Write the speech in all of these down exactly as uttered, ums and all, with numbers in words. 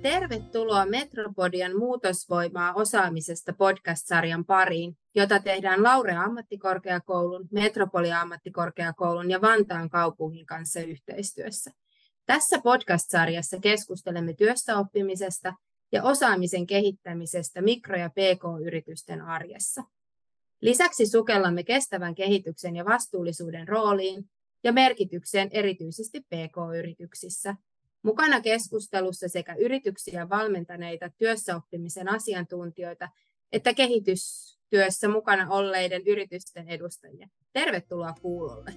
Tervetuloa Metropodian muutosvoimaa osaamisesta podcast-sarjan pariin, jota tehdään Laurea ammattikorkeakoulun, Metropolia ammattikorkeakoulun ja Vantaan kaupungin kanssa yhteistyössä. Tässä podcast-sarjassa keskustelemme työssäoppimisesta ja osaamisen kehittämisestä mikro- ja pk-yritysten arjessa. Lisäksi sukellamme kestävän kehityksen ja vastuullisuuden rooliin ja merkitykseen erityisesti pk-yrityksissä. Mukana keskustelussa sekä yrityksiä valmentaneita työssäoppimisen asiantuntijoita että kehitystyössä mukana olleiden yritysten edustajia. Tervetuloa kuulolle.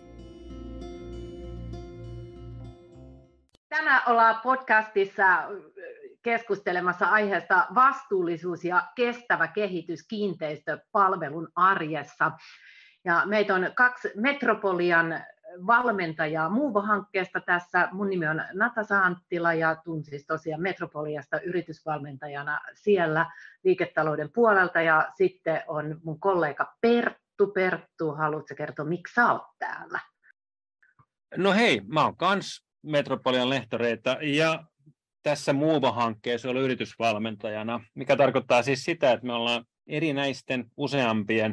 Tänään ollaan podcastissa keskustelemassa aiheesta vastuullisuus ja kestävä kehitys kiinteistöpalvelun arjessa. Ja meitä on kaksi Metropolian valmentajaa Muuvo-hankkeesta tässä. Mun nimi on Natasha Anttila ja tunnen siis tosiaan Metropoliasta yritysvalmentajana siellä liiketalouden puolelta. Ja sitten on mun kollega Perttu. Perttu, haluatko kertoa, miksi sä oot täällä? No hei, mä oon kans Metropolian lehtoreita ja tässä Muuvo-hankkeessa olen yritysvalmentajana, mikä tarkoittaa siis sitä, että me ollaan erinäisten useampien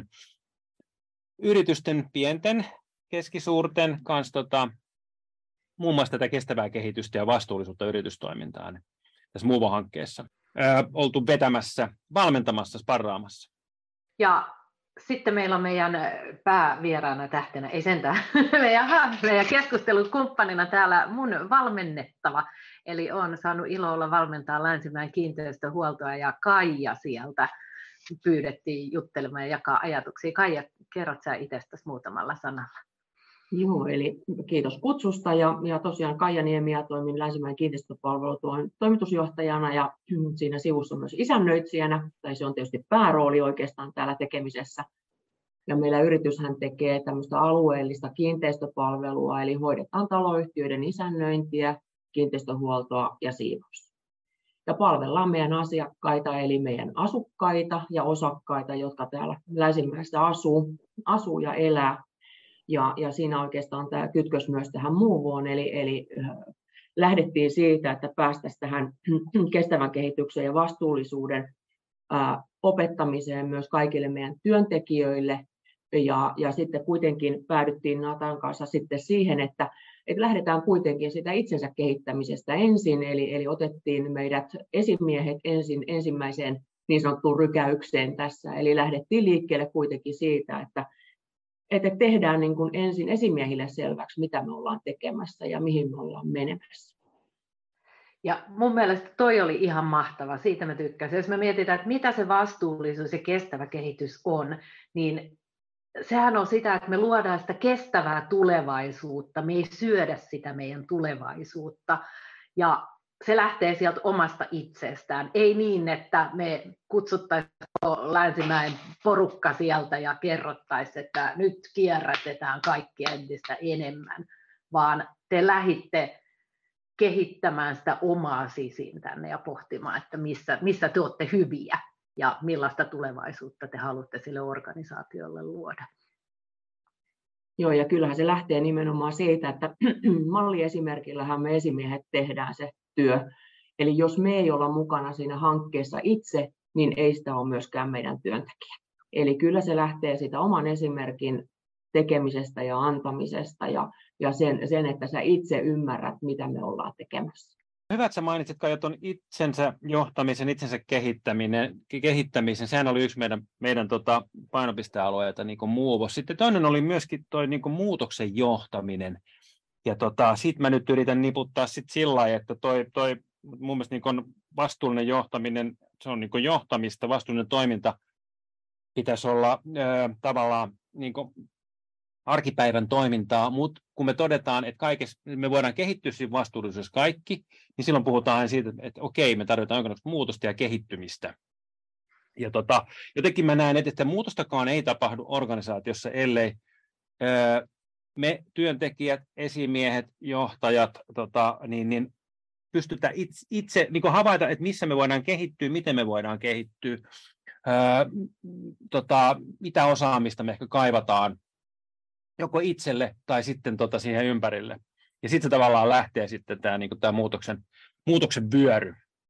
yritysten, pienten, keskisuurten kanssa tota, muun muassa tätä kestävää kehitystä ja vastuullisuutta yritystoimintaan tässä Muuvo-hankkeessa. Ää, oltu vetämässä, valmentamassa, sparraamassa. Ja sitten meillä on meidän päävieraana tähtenä, ei sentään, meidän, meidän keskustelukumppanina täällä mun valmennettava. Eli olen saanut ilo olla valmentaa Länsimäen kiinteistöhuoltoa ja Kaija sieltä pyydettiin juttelemaan ja jakaa ajatuksia. Kaija, kerrot sä itsestäsi muutamalla sanalla? Joo, eli kiitos kutsusta ja, ja tosiaan Kaija Niemi ja toimin Länsimäen kiinteistöpalvelutyön toimitusjohtajana ja siinä sivussa myös isännöitsijänä, tai se on tietysti päärooli oikeastaan täällä tekemisessä. Ja meillä yrityshän tekee tämmöistä alueellista kiinteistöpalvelua, eli hoidetaan taloyhtiöiden isännöintiä, kiinteistöhuoltoa ja siivousta. Ja palvellaan meidän asiakkaita, eli meidän asukkaita ja osakkaita, jotka täällä Länsimäessä asuu, asuu ja elää. Ja, ja siinä oikeastaan tämä kytkös myös tähän Muuvoon, eli, eli lähdettiin siitä, että päästäisiin tähän kestävän kehityksen ja vastuullisuuden ää, opettamiseen myös kaikille meidän työntekijöille. Ja, ja sitten kuitenkin päädyttiin Natan kanssa sitten siihen, että, että lähdetään kuitenkin sitä itsensä kehittämisestä ensin, eli, eli otettiin meidät esimiehet ensin ensimmäiseen niin sanottuun rykäykseen tässä, eli lähdettiin liikkeelle kuitenkin siitä, että että tehdään niin kuin ensin esimiehille selväksi, mitä me ollaan tekemässä ja mihin me ollaan menemässä. Ja mun mielestä toi oli ihan mahtava, siitä mä tykkäsin. Jos me mietitään, että mitä se vastuullisuus ja kestävä kehitys on, niin sehän on sitä, että me luodaan sitä kestävää tulevaisuutta, me ei syödä sitä meidän tulevaisuutta. Ja se lähtee sieltä omasta itsestään. Ei niin, että me kutsuttaisiin Länsimäen porukka sieltä ja kerrottaisiin, että nyt kierrätetään kaikkia entistä enemmän, vaan te lähditte kehittämään sitä omaa sisintänne ja pohtimaan, että missä, missä te olette hyviä ja millaista tulevaisuutta te haluatte sille organisaatiolle luoda. Joo, ja kyllähän se lähtee nimenomaan siitä, että malliesimerkillähän me esimiehet tehdään se työ. Eli jos me ei olla mukana siinä hankkeessa itse, niin ei sitä ole myöskään meidän työntekijät. Eli kyllä se lähtee siitä oman esimerkin tekemisestä ja antamisesta ja, ja sen, sen, että sä itse ymmärrät, mitä me ollaan tekemässä. Hyvä, että sä mainitsit Kaija tuon itsensä johtamisen, itsensä kehittäminen, kehittämisen. Sehän oli yksi meidän, meidän tota painopistealueita, niin kuin Muuvo. Sitten toinen oli myöskin toi niin kuin muutoksen johtaminen. Ja tota, sit mä nyt yritän niputtaa sit sillä lailla, että toi, toi mun mielestä niin vastuullinen johtaminen, se on niin johtamista, vastuullinen toiminta pitäisi olla ö, tavallaan niin arkipäivän toimintaa, mutta kun me todetaan, että kaikessa, me voidaan kehittyä siinä vastuullisuudessa kaikki, niin silloin puhutaan siitä, että okei, me tarvitaan jonkinlaista muutosta ja kehittymistä. Ja tota, jotenkin mä näen, että muutostakaan ei tapahdu organisaatiossa, ellei ö, me työntekijät, esimiehet, johtajat, tota, niin, niin pystytään itse, itse niin havaita, että missä me voidaan kehittyä, miten me voidaan kehittyä, öö, tota, mitä osaamista me ehkä kaivataan joko itselle tai sitten tota, siihen ympärille. Ja sitten se tavallaan lähtee sitten tämä, niin tämä muutoksen, muutoksen vyöry.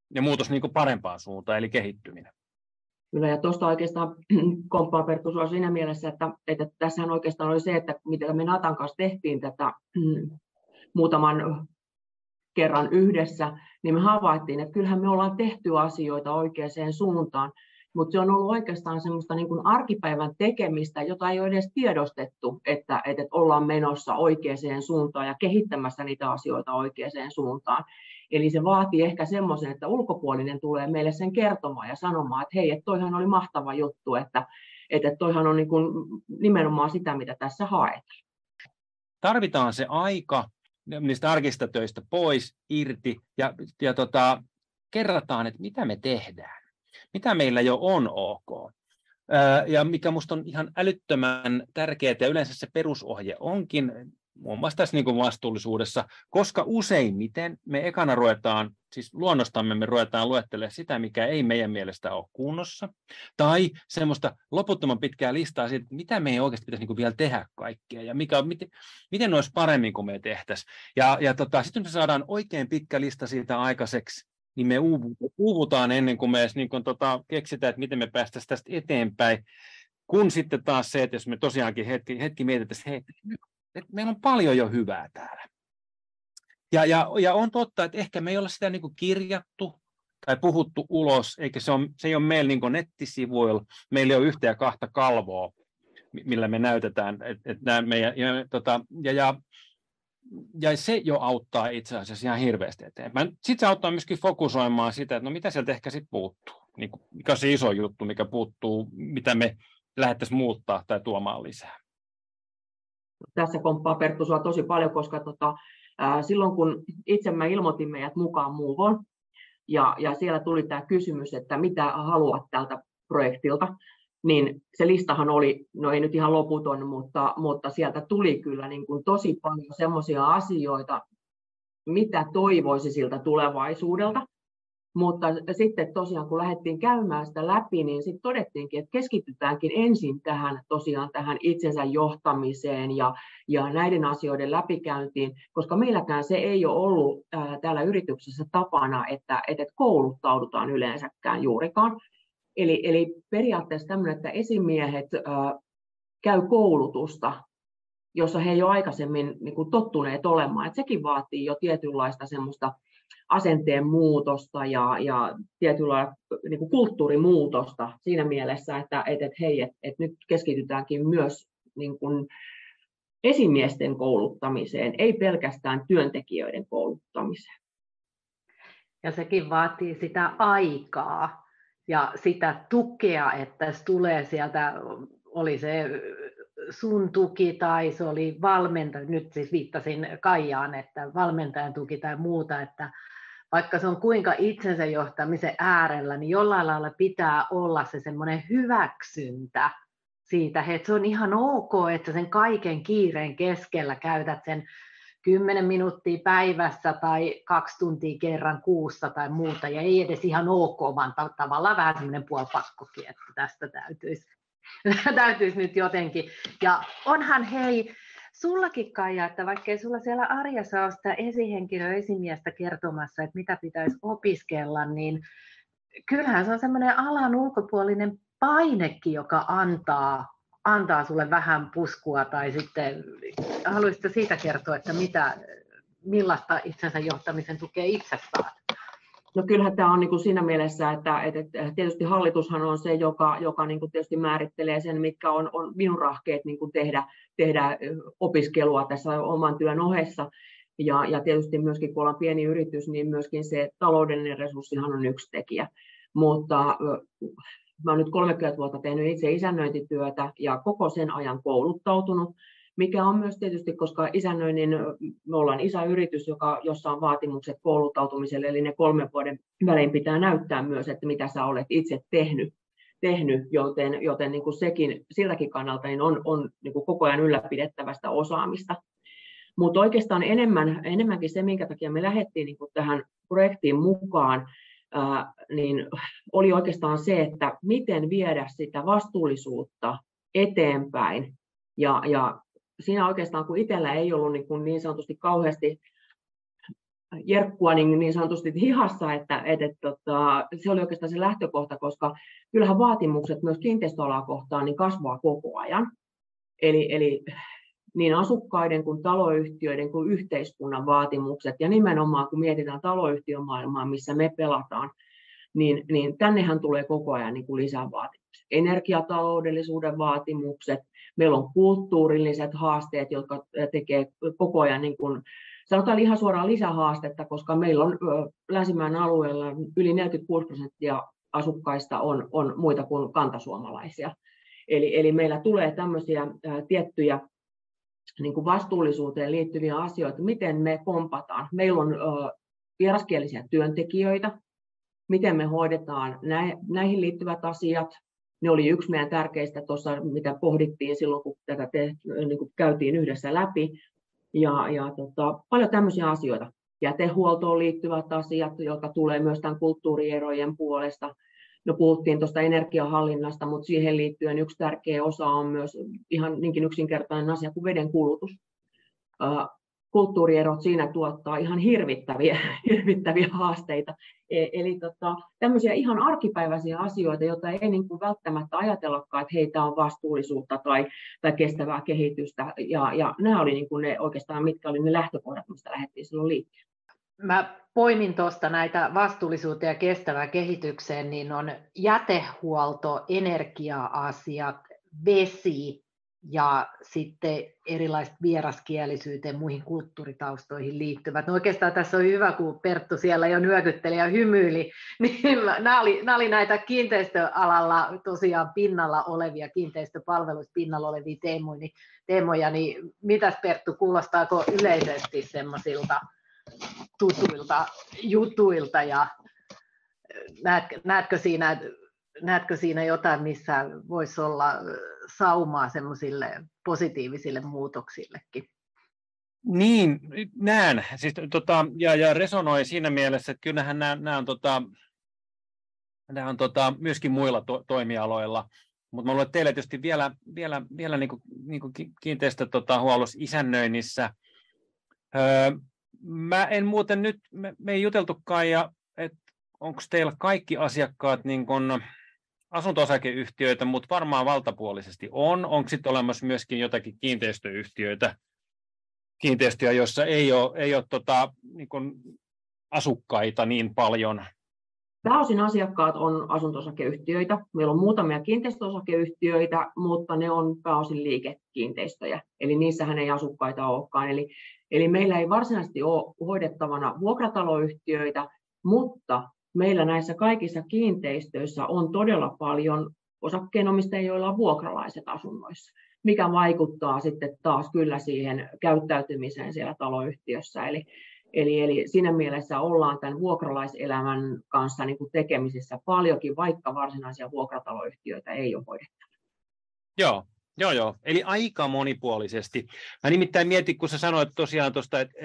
ja muutos niin kuin parempaan suuntaan, eli kehittyminen. Kyllä, ja tuosta oikeastaan komppaan Perttu sua siinä mielessä, että, että tässähän oikeastaan oli se, että mitä me Natan kanssa tehtiin tätä mm, muutaman kerran yhdessä, niin me havaittiin, että kyllähän me ollaan tehty asioita oikeaan suuntaan, mutta se on ollut oikeastaan semmoista niin kuin arkipäivän tekemistä, jota ei ole edes tiedostettu, että, että ollaan menossa oikeaan suuntaan ja kehittämässä niitä asioita oikeaan suuntaan. Eli se vaatii ehkä semmoisen, että ulkopuolinen tulee meille sen kertomaan ja sanomaan, että hei, että toihan oli mahtava juttu, että, että toihan on niin kuin nimenomaan sitä, mitä tässä haetaan. Tarvitaan se aika niistä arkista töistä pois, irti ja, ja tota, kerrataan, että mitä me tehdään, mitä meillä jo on ok. Ja mikä minusta on ihan älyttömän tärkeää, ja yleensä se perusohje onkin, muun muassa tässä niin kuin vastuullisuudessa, koska useimmiten me ekana ruvetaan, siis luonnostamme me ruvetaan luettelemaan sitä, mikä ei meidän mielestä ole kunnossa, tai semmoista loputtoman pitkää listaa siitä, mitä meidän oikeasti pitäisi niin kuin vielä tehdä kaikkea, ja mikä, miten, miten olisi paremmin kuin me tehtäisiin. Ja, ja tota, sitten me saadaan oikein pitkä lista siitä aikaiseksi, niin me uuvutaan ennen kuin me edes niin kuin, tota, keksitään, että miten me päästäisiin tästä eteenpäin, kun sitten taas se, että jos me tosiaankin hetki, hetki mietitään, että hei, että meillä on paljon jo hyvää täällä. Ja, ja, ja on totta, että ehkä me ei olla sitä niin kuin kirjattu tai puhuttu ulos, eikä se, on, se ei ole meillä niin kuin nettisivuilla, meillä ei ole yhtä ja kahta kalvoa, millä me näytetään. Että, että nämä meidän, ja, tota, ja, ja, ja se jo auttaa itse asiassa ihan hirveästi eteenpäin. Sitten se auttaa myöskin fokusoimaan sitä, että no mitä sieltä ehkä sitten puuttuu, niin kuin, mikä on se iso juttu, mikä puuttuu, mitä me lähdettäisiin muuttaa tai tuomaan lisää. Tässä komppaa Perttu sua tosi paljon, koska tota, ää, silloin kun itse mä ilmoitin meidät mukaan Moovon, ja, ja siellä tuli tämä kysymys, että mitä haluat tältä projektilta, niin se listahan oli, no ei nyt ihan loputon, mutta, mutta sieltä tuli kyllä niin kuin tosi paljon semmoisia asioita, mitä toivoisi siltä tulevaisuudelta. Mutta sitten tosiaan, kun lähdettiin käymään sitä läpi, niin sitten todettiinkin, että keskitytäänkin ensin tähän, tosiaan tähän itsensä johtamiseen ja, ja näiden asioiden läpikäyntiin, koska meilläkään se ei ole ollut ää, täällä yrityksessä tapana, että, että kouluttaudutaan yleensäkään juurikaan. Eli, eli periaatteessa tämmöinen, että esimiehet ää, käy koulutusta, jossa he ei ole aikaisemmin niin kuin tottuneet olemaan. Että sekin vaatii jo tietynlaista semmoista asenteen muutosta ja, ja tietynlaista niin kuin kulttuurimuutosta siinä mielessä, että et, et, hei, et, et nyt keskitytäänkin myös niin kuin esimiesten kouluttamiseen, ei pelkästään työntekijöiden kouluttamiseen. Ja sekin vaatii sitä aikaa ja sitä tukea, että se tulee sieltä, oli se sun tuki tai se oli valmentaja, nyt siis viittasin Kaijaan, että valmentajan tuki tai muuta, että vaikka se on kuinka itsensä johtamisen äärellä, niin jollain lailla pitää olla se semmoinen hyväksyntä siitä, että se on ihan ok, että sen kaiken kiireen keskellä käytät sen kymmenen minuuttia päivässä tai kaksi tuntia kerran kuussa tai muuta, ja ei edes ihan ok, vaan tavallaan vähän semmoinen puolipakkokin, että tästä täytyisi, täytyisi nyt jotenkin. Ja onhan hei, sullakin Kaija, että vaikkei sulla siellä arjessa ole sitä esihenkilöä, esimiestä kertomassa, että mitä pitäisi opiskella, niin kyllähän se on semmoinen alan ulkopuolinen painekin, joka antaa, antaa sulle vähän puskua, tai sitten haluaisitko siitä kertoa, että mitä, millaista itsensä johtamisen tukea itse saat? No kyllähän tämä on niin kuin siinä mielessä, että, että tietysti hallitushan on se, joka, joka niin kuin tietysti määrittelee sen, mitkä on, on minun rahkeet niin kuin tehdä, tehdä opiskelua tässä oman työn ohessa. Ja, ja tietysti myöskin, kun ollaan pieni yritys, niin myöskin se taloudellinen resurssihan on yksi tekijä. Mutta mä olen nyt kolmekymmentä vuotta tehnyt itse isännöintityötä ja koko sen ajan kouluttautunut, mikä on myös tietysti, koska isännöinnin, me ollaan iso yritys, joka, jossa on vaatimukset kouluttautumiselle, eli ne kolmen vuoden välein pitää näyttää myös, että mitä sä olet itse tehnyt, tehnyt joten, joten niin kuin sekin, siltäkin kannalta niin on, on niin kuin koko ajan ylläpidettävästä osaamista. Mutta oikeastaan enemmän, enemmänkin se, minkä takia me lähdettiin niin kuin tähän projektiin mukaan, ää, niin oli oikeastaan se, että miten viedä sitä vastuullisuutta eteenpäin. Ja, ja siinä oikeastaan, kun itsellä ei ollut niin, kuin niin sanotusti kauheasti jerkkua niin, niin sanotusti hihassa, että, että, että, että se oli oikeastaan se lähtökohta, koska kyllähän vaatimukset myös kiinteistöalaa kohtaan niin kasvaa koko ajan. Eli, eli niin asukkaiden kuin taloyhtiöiden kuin yhteiskunnan vaatimukset, ja nimenomaan kun mietitään taloyhtiömaailmaa, missä me pelataan, niin, niin tännehän tulee koko ajan niin kuin lisää vaatimuksia. Energiataloudellisuuden vaatimukset, meillä on kulttuurilliset haasteet, jotka tekee koko ajan, niin kuin, sanotaan ihan suoraan lisähaastetta, koska meillä on Länsimäen alueella yli neljäkymmentäkuusi prosenttia asukkaista on, on muita kuin kantasuomalaisia. Eli, eli meillä tulee tämmöisiä ää, tiettyjä niin kuin vastuullisuuteen liittyviä asioita, miten me kompataan. Meillä on ää, vieraskielisiä työntekijöitä, miten me hoidetaan näihin liittyvät asiat. Ne oli yksi meidän tärkeistä tuossa, mitä pohdittiin silloin, kun tätä te, niin kuin käytiin yhdessä läpi. Ja, ja tota, paljon tämmöisiä asioita. Jätehuoltoon liittyvät asiat, jotka tulee myös tämän kulttuurierojen puolesta. No, puhuttiin tuosta energiahallinnasta, mutta siihen liittyen yksi tärkeä osa on myös ihan niinkin yksinkertainen asia kuin veden kulutus. Kulttuurierot siinä tuottaa ihan hirvittäviä, hirvittäviä haasteita. Eli tota, tämmöisiä ihan arkipäiväisiä asioita, joita ei niin kuin välttämättä ajatellakaan, että heitä on vastuullisuutta tai, tai kestävää kehitystä. Ja, ja nämä oli niin kuin ne oikeastaan, mitkä oli ne lähtökohdat, mistä lähdettiin silloin liikkeelle. Mä poimin tuosta näitä vastuullisuutta ja kestävää kehitykseen, niin on jätehuolto, energia-asiat, vesi ja sitten erilaiset vieraskielisyyteen, muihin kulttuuritaustoihin liittyvät. No oikeastaan tässä on hyvä, kun Perttu siellä jo nyökytteli ja hymyili, niin nämä oli, nämä oli näitä kiinteistöalalla tosiaan pinnalla olevia, kiinteistöpalveluissa pinnalla olevia teemoja, teemoja, niin mitäs Perttu, kuulostaako yleisesti semmoisilta tutuilta jutuilta ja näetkö, näetkö, siinä, näetkö siinä jotain, missä voisi olla saumaa semmoisille positiivisille muutoksillekin? Niin, näen. Siis, tota, ja, ja resonoi siinä mielessä, että kyllähän nämä, nämä on, tota, nämä on tota, myöskin muilla to, toimialoilla. Mutta mä luulen, että teillä tietysti vielä, vielä, vielä niin kuin, niin kuin kiinteistöhuollossa isännöinnissä. Öö, Mä en muuten nyt, me, me ei juteltukaan, ja onko teillä kaikki asiakkaat niin kun asunto-osakeyhtiöitä, mutta varmaan valtapuolisesti on. Onko sitten olemassa myöskin jotakin kiinteistöyhtiöitä, kiinteistöjä, joissa ei ole, ei ole tota, niin kun asukkaita niin paljon? Pääosin asiakkaat on asunto-osakeyhtiöitä. Meillä on muutamia kiinteistöosakeyhtiöitä, mutta ne on pääosin liikekiinteistöjä. Eli niissähän ei asukkaita olekaan. Eli, eli meillä ei varsinaisesti ole hoidettavana vuokrataloyhtiöitä, mutta meillä näissä kaikissa kiinteistöissä on todella paljon osakkeenomistajia, joilla on vuokralaiset asunnoissa, mikä vaikuttaa sitten taas kyllä siihen käyttäytymiseen siellä taloyhtiössä. Eli Eli, eli siinä mielessä ollaan tämän vuokralaiselämän kanssa niin kuin tekemisissä paljonkin, vaikka varsinaisia vuokrataloyhtiöitä ei ole hoidettava. Joo, joo, joo. Eli aika monipuolisesti. Mä nimittäin mietin, kun sä sanoit tosiaan tuosta, että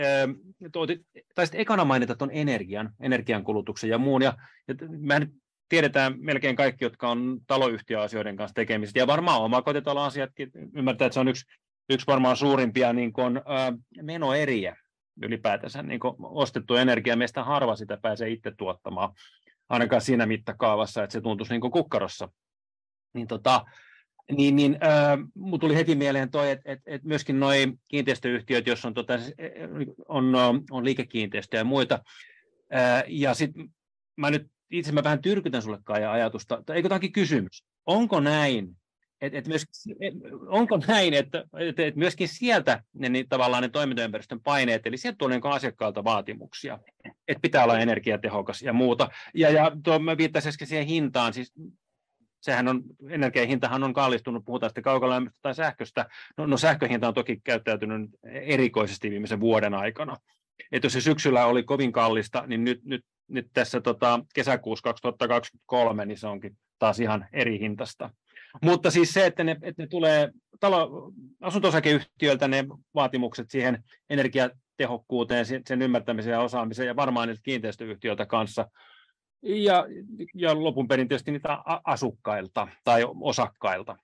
taisit ekana mainita tuon energian, energiankulutuksen ja muun. Ja, ja mehän tiedetään melkein kaikki, jotka on taloyhtiöasioiden kanssa tekemisissä. Ja varmaan omakotitaloasiatkin ymmärtää, että se on yksi, yksi varmaan suurimpia niin kuin, ä, menoeriä. Ylipäätänsä niin ostettu energia, meistä harva sitä pääsee itse tuottamaan, ainakaan siinä mittakaavassa, että se tuntuisi niin kukkarossa. Niin, tota, niin, niin, äh, mun tuli heti mieleen toi, että et, et myöskin nuo kiinteistöyhtiöt, jos on, tota, on, on liikekiinteistöjä ja muita, äh, ja sitten mä nyt itse mä vähän tyrkytän sulle Kaija ajatusta, tai eikö jotakin kysymys, onko näin, Et, et myös, et, onko näin, että et, et myöskin sieltä ne, niin, tavallaan ne toimintaympäristön paineet, eli sieltä tulee niin asiakkaalta vaatimuksia, että pitää olla energiatehokas ja muuta. Ja, ja tuo, mä viittasin äsken siihen hintaan, siis sehän on, energian hintahan on kallistunut, puhutaan sitten kaukolämmöstä tai sähköstä. No, no sähköhinta on toki käyttäytynyt erikoisesti viimeisen vuoden aikana. Että jos se syksyllä oli kovin kallista, niin nyt, nyt, nyt tässä tota, kesäkuussa kaksituhattakaksikymmentäkolme, niin se onkin taas ihan eri hintasta. Mutta siis se, että ne, että ne tulee talo, asunto-osakeyhtiöltä ne vaatimukset siihen energiatehokkuuteen, sen ymmärtämiseen ja osaamiseen ja varmaan niiltä kiinteistöyhtiöltä kanssa. Ja, ja lopun perin tietysti niitä asukkailta tai osakkailta.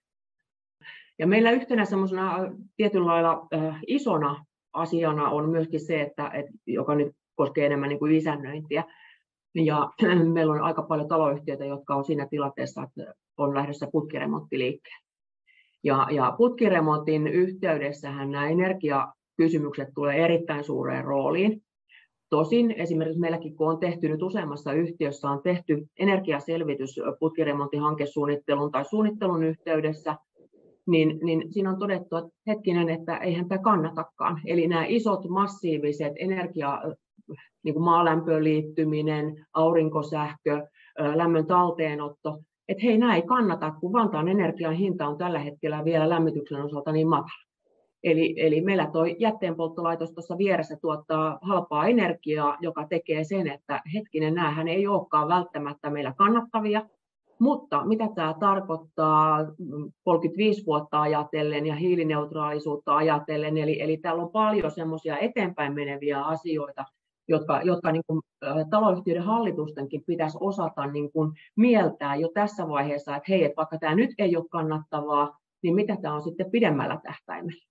Ja meillä yhtenä semmoisena tietyllä lailla äh, isona asiana on myöskin se, että, et, joka nyt koskee enemmän niin kuin isännöintiä. Ja meillä on aika paljon taloyhtiöitä, jotka on siinä tilanteessa, että on lähdössä putkiremonttiliikkeelle. Ja, ja putkiremontin yhteydessähän nämä energiakysymykset tulee erittäin suureen rooliin. Tosin esimerkiksi meilläkin, kun on tehty nyt useammassa yhtiössä, on tehty energiaselvitys putkiremontin hankesuunnittelun tai suunnittelun yhteydessä, niin, niin siinä on todettu, että hetkinen, että eihän tämä kannatakaan. Eli nämä isot massiiviset energia, niin kuin maalämpöön liittyminen, aurinkosähkö, lämmön talteenotto, että hei, nämä ei kannata, kun Vantaan energian hinta on tällä hetkellä vielä lämmityksen osalta niin matala. Eli, eli meillä tuo jätteenpolttolaitos tuossa vieressä tuottaa halpaa energiaa, joka tekee sen, että hetkinen, näähän ei olekaan välttämättä meillä kannattavia, mutta mitä tämä tarkoittaa kolmekymmentäviisi vuotta ajatellen ja hiilineutraalisuutta ajatellen, eli, eli täällä on paljon semmoisia eteenpäin meneviä asioita, jotka, jotka niin kuin, taloyhtiöiden hallitustenkin pitäisi osata niin kuin mieltää jo tässä vaiheessa, että hei, että vaikka tämä nyt ei ole kannattavaa, niin mitä tämä on sitten pidemmällä tähtäimellä.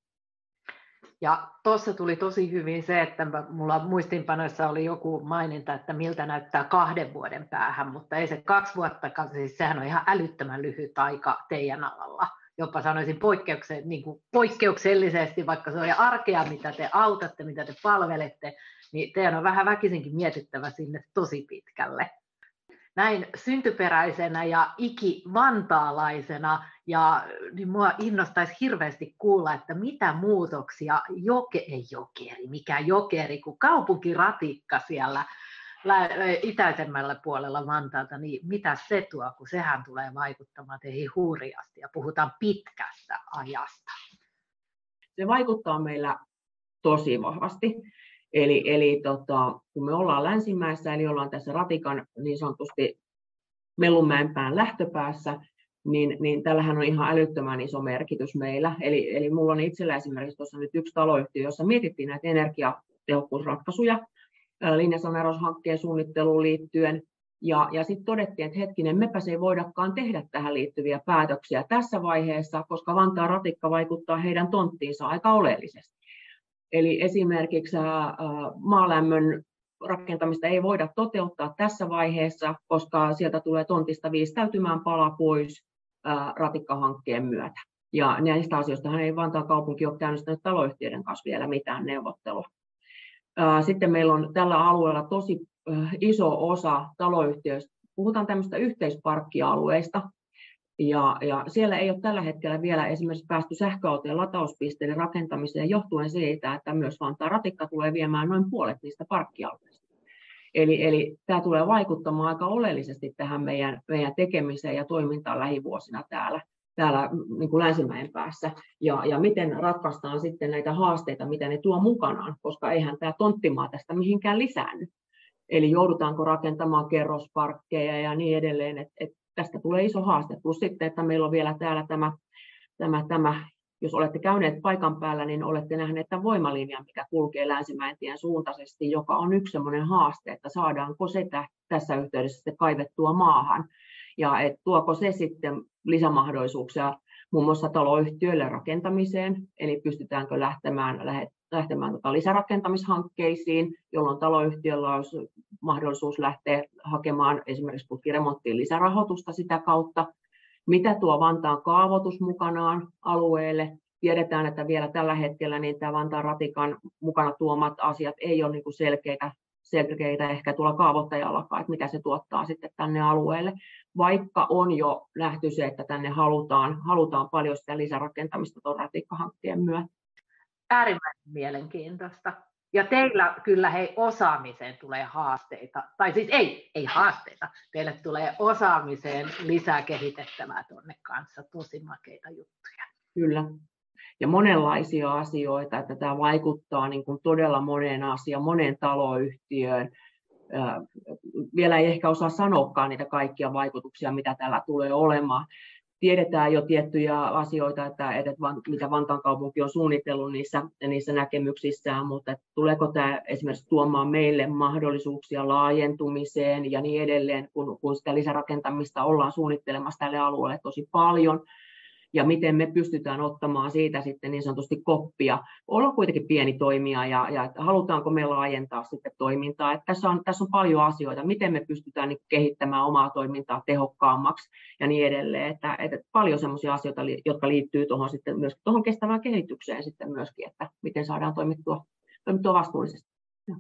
Ja tuossa tuli tosi hyvin se, että mulla muistinpanoissa oli joku maininta, että miltä näyttää kahden vuoden päähän, mutta ei se kaksi vuotta, siis sehän on ihan älyttömän lyhyt aika teidän alalla. Jopa sanoisin niin kuin poikkeuksellisesti, vaikka se on arkea, mitä te autatte, mitä te palvelette, niin teidän on vähän väkisinkin mietittävä sinne tosi pitkälle. Näin syntyperäisenä ja iki-vantaalaisena, ja niin mua innostaisi hirveästi kuulla, että mitä muutoksia, joke, ei jokeri, mikä jokeri, kun kaupunkiratikka siellä itäisemmällä puolella Vantaalta, niin mitä se tuo, kun sehän tulee vaikuttamaan teihin hurjasti, ja puhutaan pitkästä ajasta. Se vaikuttaa meillä tosi vahvasti. Eli, eli tota, kun me ollaan Länsimäessä, eli ollaan tässä ratikan niin sanotusti Mellunmäenpään lähtöpäässä, niin, niin tällähän on ihan älyttömän iso merkitys meillä. Eli, eli mulla on itsellä esimerkiksi tuossa nyt yksi taloyhtiö, jossa mietittiin näitä energiatehokkuusratkaisuja linjasaneeraushankkeen suunnitteluun liittyen. Ja, ja sitten todettiin, että hetkinen, mepäs ei voidakaan tehdä tähän liittyviä päätöksiä tässä vaiheessa, koska Vantaan ratikka vaikuttaa heidän tonttiinsa aika oleellisesti. Eli esimerkiksi maalämmön rakentamista ei voida toteuttaa tässä vaiheessa, koska sieltä tulee tontista viistäytymään pala pois ratikkahankkeen myötä. Ja näistä asioistahan ei Vantaan kaupunki ole käynnistänyt taloyhtiöiden kanssa vielä mitään neuvottelua. Sitten meillä on tällä alueella tosi iso osa taloyhtiöistä, puhutaan tämmöistä yhteisparkkialueista, Ja, ja siellä ei ole tällä hetkellä vielä esimerkiksi päästy sähköautojen latauspisteiden rakentamiseen johtuen siitä, että myös Vantaan ratikka tulee viemään noin puolet niistä parkkialueista. Eli, eli tämä tulee vaikuttamaan aika oleellisesti tähän meidän, meidän tekemiseen ja toimintaan lähivuosina täällä, täällä niin kuin Länsimäen päässä. Ja, ja miten ratkaistaan sitten näitä haasteita, mitä ne tuo mukanaan, koska eihän tämä tonttimaa tästä mihinkään lisäänny. Eli joudutaanko rakentamaan kerrosparkkeja ja niin edelleen, että et tästä tulee iso haaste. Plus sitten, että meillä on vielä täällä tämä, tämä, tämä, jos olette käyneet paikan päällä, niin olette nähneet tämän voimalinjan, mikä kulkee Länsimäentien suuntaisesti, joka on yksi sellainen haaste, että saadaanko se tässä yhteydessä sitten kaivettua maahan. Ja et tuoko se sitten lisämahdollisuuksia muun muassa taloyhtiöille rakentamiseen, eli pystytäänkö lähtemään, lähtemään tota lisärakentamishankkeisiin, jolloin taloyhtiöllä olisi mahdollisuus lähteä hakemaan esimerkiksi putkiremonttiin lisärahoitusta sitä kautta. Mitä tuo Vantaan kaavoitus mukanaan alueelle? Tiedetään, että vielä tällä hetkellä niin tämä Vantaan ratikan mukana tuomat asiat ei ole niin kuin selkeitä, selkeitä ehkä tuolla kaavoittajallakaan, että mitä se tuottaa sitten tänne alueelle. Vaikka on jo nähty se, että tänne halutaan, halutaan paljon sitä lisärakentamista tuon ratikkahankkeen myötä. Äärimmäisen mielenkiintoista. Ja teillä kyllä hei osaamiseen tulee haasteita, tai siis ei, ei haasteita, teille tulee osaamiseen lisää kehitettävää tuonne kanssa, tosi makeita juttuja. Kyllä, ja monenlaisia asioita, että tämä vaikuttaa niin kuin todella moneen asiaan, moneen taloyhtiöön. Vielä ei ehkä osaa sanoakaan niitä kaikkia vaikutuksia, mitä tällä tulee olemaan. Tiedetään jo tiettyjä asioita, että, että mitä Vantaan kaupunki on suunnitellut niissä, niissä näkemyksissään, mutta tuleeko tämä esimerkiksi tuomaan meille mahdollisuuksia laajentumiseen ja niin edelleen, kun, kun sitä lisärakentamista ollaan suunnittelemassa tälle alueelle tosi paljon. ja miten me pystytään ottamaan siitä sitten niin sanotusti koppia. Olla kuitenkin pieni toimija ja, ja halutaanko me laajentaa sitten toimintaa. Että tässä, on, tässä on paljon asioita, miten me pystytään niin kehittämään omaa toimintaa tehokkaammaksi ja niin edelleen. Että, että paljon sellaisia asioita, jotka liittyy tuohon, sitten myös, tuohon kestävään kehitykseen sitten myöskin, että miten saadaan toimittua, toimittua vastuullisesti.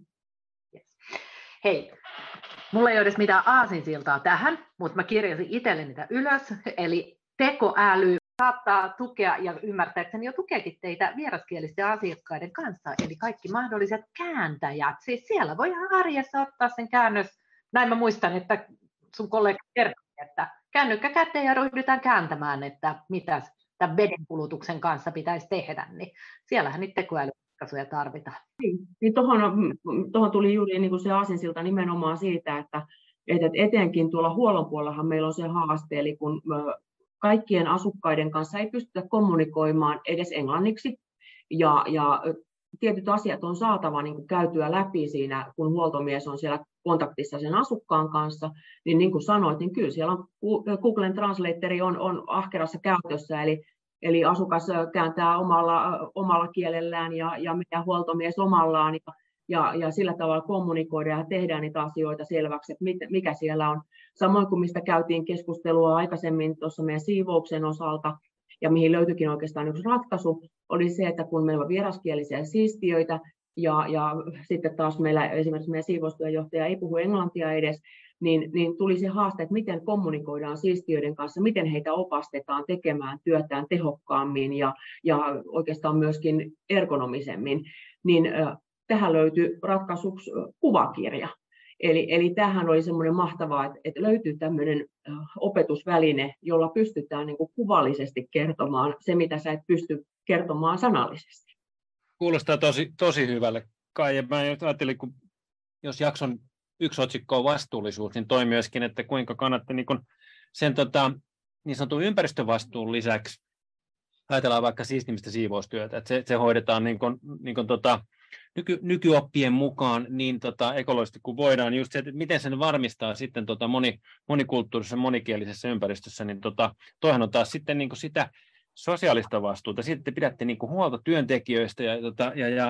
Yes. Hei, mulla ei ole edes mitään aasinsiltaa tähän, mutta mä kirjasin itselleni niitä ylös, eli tekoäly saattaa tukea ja ymmärtääkseni jo tukeekin teitä vieraskielisten asiakkaiden kanssa, eli kaikki mahdolliset kääntäjät. Siis siellä voi ihan arjessa ottaa sen käännös. Näin mä muistan, että sun kollega kertoi, että kännykkä käteen ja ryhdytään kääntämään, että mitä tämän vedenkulutuksen kanssa pitäisi tehdä, niin siellähän niitä tekoälyratkaisuja tarvitaan. Niin, niin tuohon, tuohon tuli juuri niin kuin se aasinsilta nimenomaan siitä, että, että etenkin tuolla huollon puolellahan meillä on se haaste, eli kun kaikkien asukkaiden kanssa ei pystytä kommunikoimaan edes englanniksi, ja, ja tietyt asiat on saatava niin kuin käytyä läpi siinä, kun huoltomies on siellä kontaktissa sen asukkaan kanssa, niin niin kuin sanoit, niin kyllä siellä on Googlen Translatori on, on ahkerassa käytössä, eli, eli asukas kääntää omalla, omalla kielellään ja, ja meidän huoltomies omallaan, ja, ja, ja sillä tavalla kommunikoidaan ja tehdään niitä asioita selväksi, että mit, mikä siellä on. Samoin kuin mistä käytiin keskustelua aikaisemmin tuossa meidän siivouksen osalta, ja mihin löytyikin oikeastaan yksi ratkaisu, oli se, että kun meillä on vieraskielisiä siistiöitä, ja, ja sitten taas meillä esimerkiksi meidän siivoustyöjohtaja ei puhu englantia edes, niin, niin tuli se haaste, että miten kommunikoidaan siistiöiden kanssa, miten heitä opastetaan tekemään työtään tehokkaammin ja, ja oikeastaan myöskin ergonomisemmin, niin äh, tähän löytyi ratkaisuksi kuvakirja. Eli, eli tämähän oli semmoinen mahtavaa, että, että löytyy tämmöinen opetusväline, jolla pystytään niin kuin kuvallisesti kertomaan se, mitä sä et pysty kertomaan sanallisesti. Kuulostaa tosi, tosi hyvälle, Kai. Ja mä ajattelin, kun jos jakson yksi otsikko on vastuullisuus, niin toi myöskin, että kuinka kannattaa niin kun sen tota, niin sanotun ympäristövastuun lisäksi, ajatellaan vaikka siistimistä siivoustyötä, että se, se hoidetaan niin kun, niin kun tota, Nyky, nykyoppien mukaan niin tota, ekologisesti kuin voidaan, just se, että miten sen varmistaa sitten tota, moni, monikulttuurisessa, monikielisessä ympäristössä, niin tota, toihan on taas sitten niin kuin sitä sosiaalista vastuuta. Sitten pidätte niin kuin huolta työntekijöistä ja, tota, ja, ja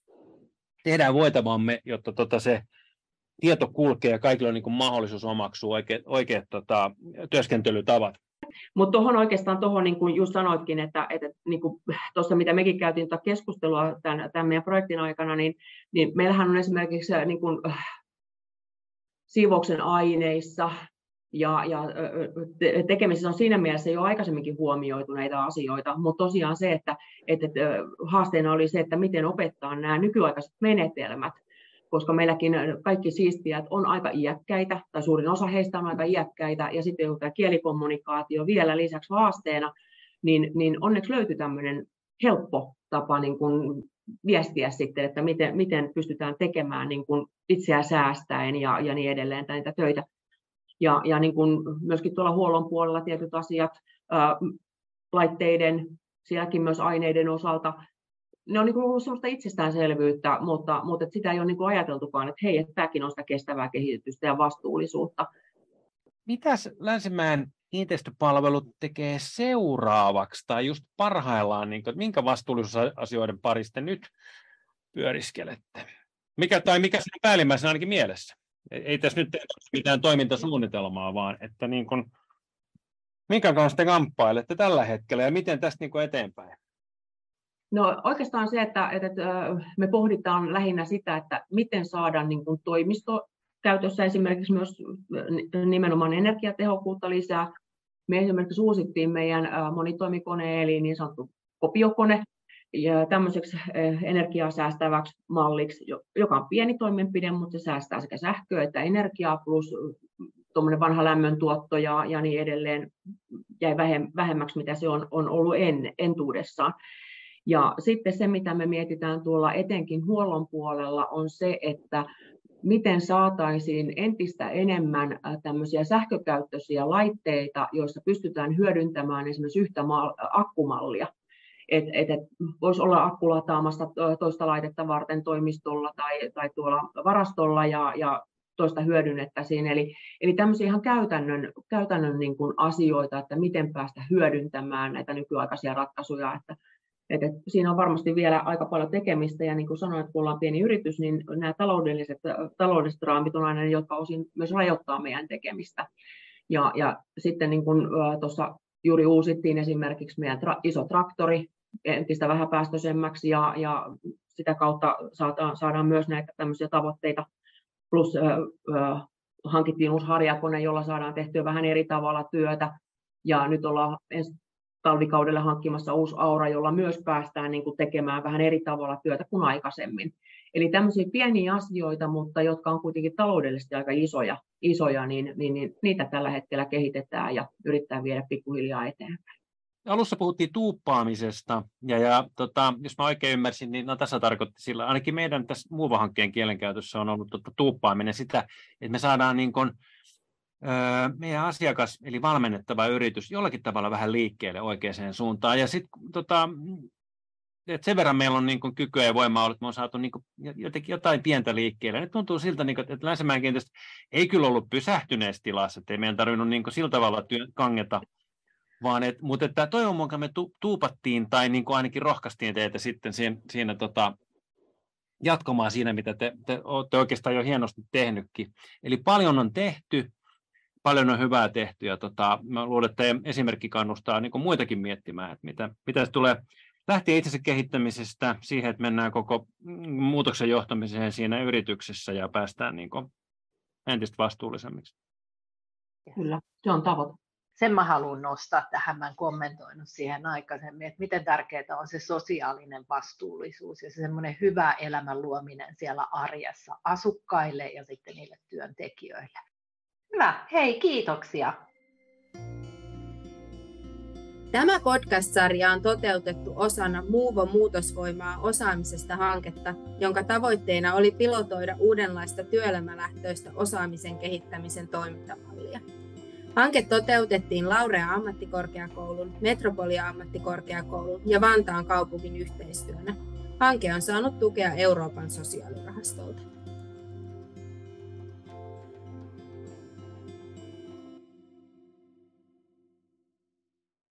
tehdään voitavamme, jotta tota, se tieto kulkee ja kaikilla on niin kuin mahdollisuus omaksua oikeat, oikeat tota, työskentelytavat. Mutta tuohon oikeastaan, tuohon niin kuin just sanoitkin, että, että niin kuin tuossa mitä mekin käytiin tuota keskustelua tämän, tämän meidän projektin aikana, niin, niin meillähän on esimerkiksi niin kuin, siivouksen aineissa ja, ja tekemisessä on siinä mielessä jo aikaisemminkin huomioitu näitä asioita, mutta tosiaan se, että, että haasteena oli se, että miten opettaa nämä nykyaikaiset menetelmät, koska meilläkin kaikki siistijät on aika iäkkäitä, tai suurin osa heistä on aika iäkkäitä, ja sitten kun tämä kielikommunikaatio vielä lisäksi haasteena, niin, niin onneksi löytyi tämmöinen helppo tapa niin kuin viestiä sitten, että miten, miten pystytään tekemään niin kuin itseään säästäen ja, ja niin edelleen näitä töitä. Ja, ja niin kuin myöskin tuolla huollon puolella tietyt asiat, ää, laitteiden, sielläkin myös aineiden osalta, ne on niin kuin ollut sellaista itsestäänselvyyttä, mutta, mutta sitä ei ole niin kuin ajateltukaan, että hei, että tämäkin on sitä kestävää kehitystä ja vastuullisuutta. Mitäs Länsimäen kiinteistöpalvelut tekee seuraavaksi tai just parhaillaan, niin kuin, minkä vastuullisuusasioiden parista nyt pyöriskelette? Mikä, tai mikä se on päällimmäisenä ainakin mielessä? Ei, ei tässä nyt tehdä mitään toimintasuunnitelmaa, vaan että niin kuin, minkä kanssa te kamppailette tällä hetkellä ja miten tästä niin kuin eteenpäin? No oikeastaan se, että, että me pohditaan lähinnä sitä, että miten saadaan niin kuin toimisto käytössä esimerkiksi myös nimenomaan energiatehokkuutta lisää. Me esimerkiksi uusittiin meidän monitoimikone eli niin sanottu kopiokone ja tämmöiseksi energiaa säästäväksi malliksi, joka on pieni toimenpide, mutta se säästää sekä sähköä että energiaa plus tuommoinen vanha lämmöntuotto ja, ja niin edelleen jäi vähemmäksi, mitä se on, on ollut en, entuudessaan. Ja sitten se, mitä me mietitään tuolla etenkin huollon puolella, on se, että miten saataisiin entistä enemmän tämmöisiä sähkökäyttöisiä laitteita, joissa pystytään hyödyntämään esimerkiksi yhtä akkumallia. Että et, et voisi olla akku lataamassa toista laitetta varten toimistolla tai, tai tuolla varastolla ja, ja toista hyödynnettäisiin. Eli, eli tämmöisiä ihan käytännön, käytännön niin kuin asioita, että miten päästä hyödyntämään näitä nykyaikaisia ratkaisuja. Että, että siinä on varmasti vielä aika paljon tekemistä, ja niin kuin sanoin, että kun ollaan pieni yritys, niin nämä taloudelliset, taloudelliset raamit on aina ne, jotka osin myös rajoittaa meidän tekemistä. Ja, ja sitten niin kuin tuossa juuri uusittiin esimerkiksi meidän tra, iso traktori entistä vähäpäästöisemmäksi, ja, ja sitä kautta saadaan, saadaan myös näitä tämmöisiä tavoitteita. Plus ö, ö, hankittiin uusi harjakone, jolla saadaan tehtyä vähän eri tavalla työtä. Ja nyt ollaan ensi talvikaudelle hankkimassa uusi Aura, jolla myös päästään niin kuin tekemään vähän eri tavalla työtä kuin aikaisemmin. Eli tämmöisiä pieniä asioita, mutta jotka on kuitenkin taloudellisesti aika isoja, isoja niin, niin, niin niitä tällä hetkellä kehitetään ja yritetään viedä pikkuhiljaa eteenpäin. Alussa puhuttiin tuuppaamisesta, ja, ja tota, jos mä oikein ymmärsin, niin no, tässä tarkoitti sillä, ainakin meidän tässä Muuva-hankkeen kielenkäytössä on ollut tota, tuuppaaminen sitä, että me saadaan niin kun, öö, meidän asiakas, eli valmennettava yritys, jollakin tavalla vähän liikkeelle oikeaan suuntaan, ja sitten tota, sen verran meillä on niin kun, kykyä ja voimaa ollut, että me on saatu niin kun, jotenkin jotain pientä liikkeelle. Nyt tuntuu siltä, niin kun, että Länsimäen kiinteistö ei kyllä ollut pysähtyneessä tilassa, että ei meidän tarvinnut niin kun, sillä tavalla työ, kangeta, vaan et, mutta että toivon mukaan me tu, tuupattiin tai niin kuin ainakin rohkaistiin teitä sitten siinä, siinä tota, jatkomaan siinä, mitä te, te olette oikeastaan jo hienosti tehnytkin. Eli paljon on tehty, paljon on hyvää tehty, ja tota, mä luulen, että teidän esimerkki kannustaa niin kuin muitakin miettimään, että mitä, mitä se tulee lähtien itsensä kehittämisestä siihen, että mennään koko muutoksen johtamiseen siinä yrityksessä ja päästään niin kuin entistä vastuullisemmiksi. Kyllä, se on tavoite. Sen mä haluan nostaa tähän, mä en kommentoinut siihen aikaisemmin, että miten tärkeää on se sosiaalinen vastuullisuus ja se semmoinen hyvä elämän luominen siellä arjessa asukkaille ja sitten niille työntekijöille. Hyvä, hei, kiitoksia. Tämä podcast-sarja on toteutettu osana Muuvo muutosvoimaa osaamisesta hanketta, jonka tavoitteena oli pilotoida uudenlaista työelämälähtöistä osaamisen kehittämisen toimintamallia. Hanke toteutettiin Laurea ammattikorkeakoulun, Metropolia ammattikorkeakoulun ja Vantaan kaupungin yhteistyönä. Hanke on saanut tukea Euroopan sosiaalirahastolta.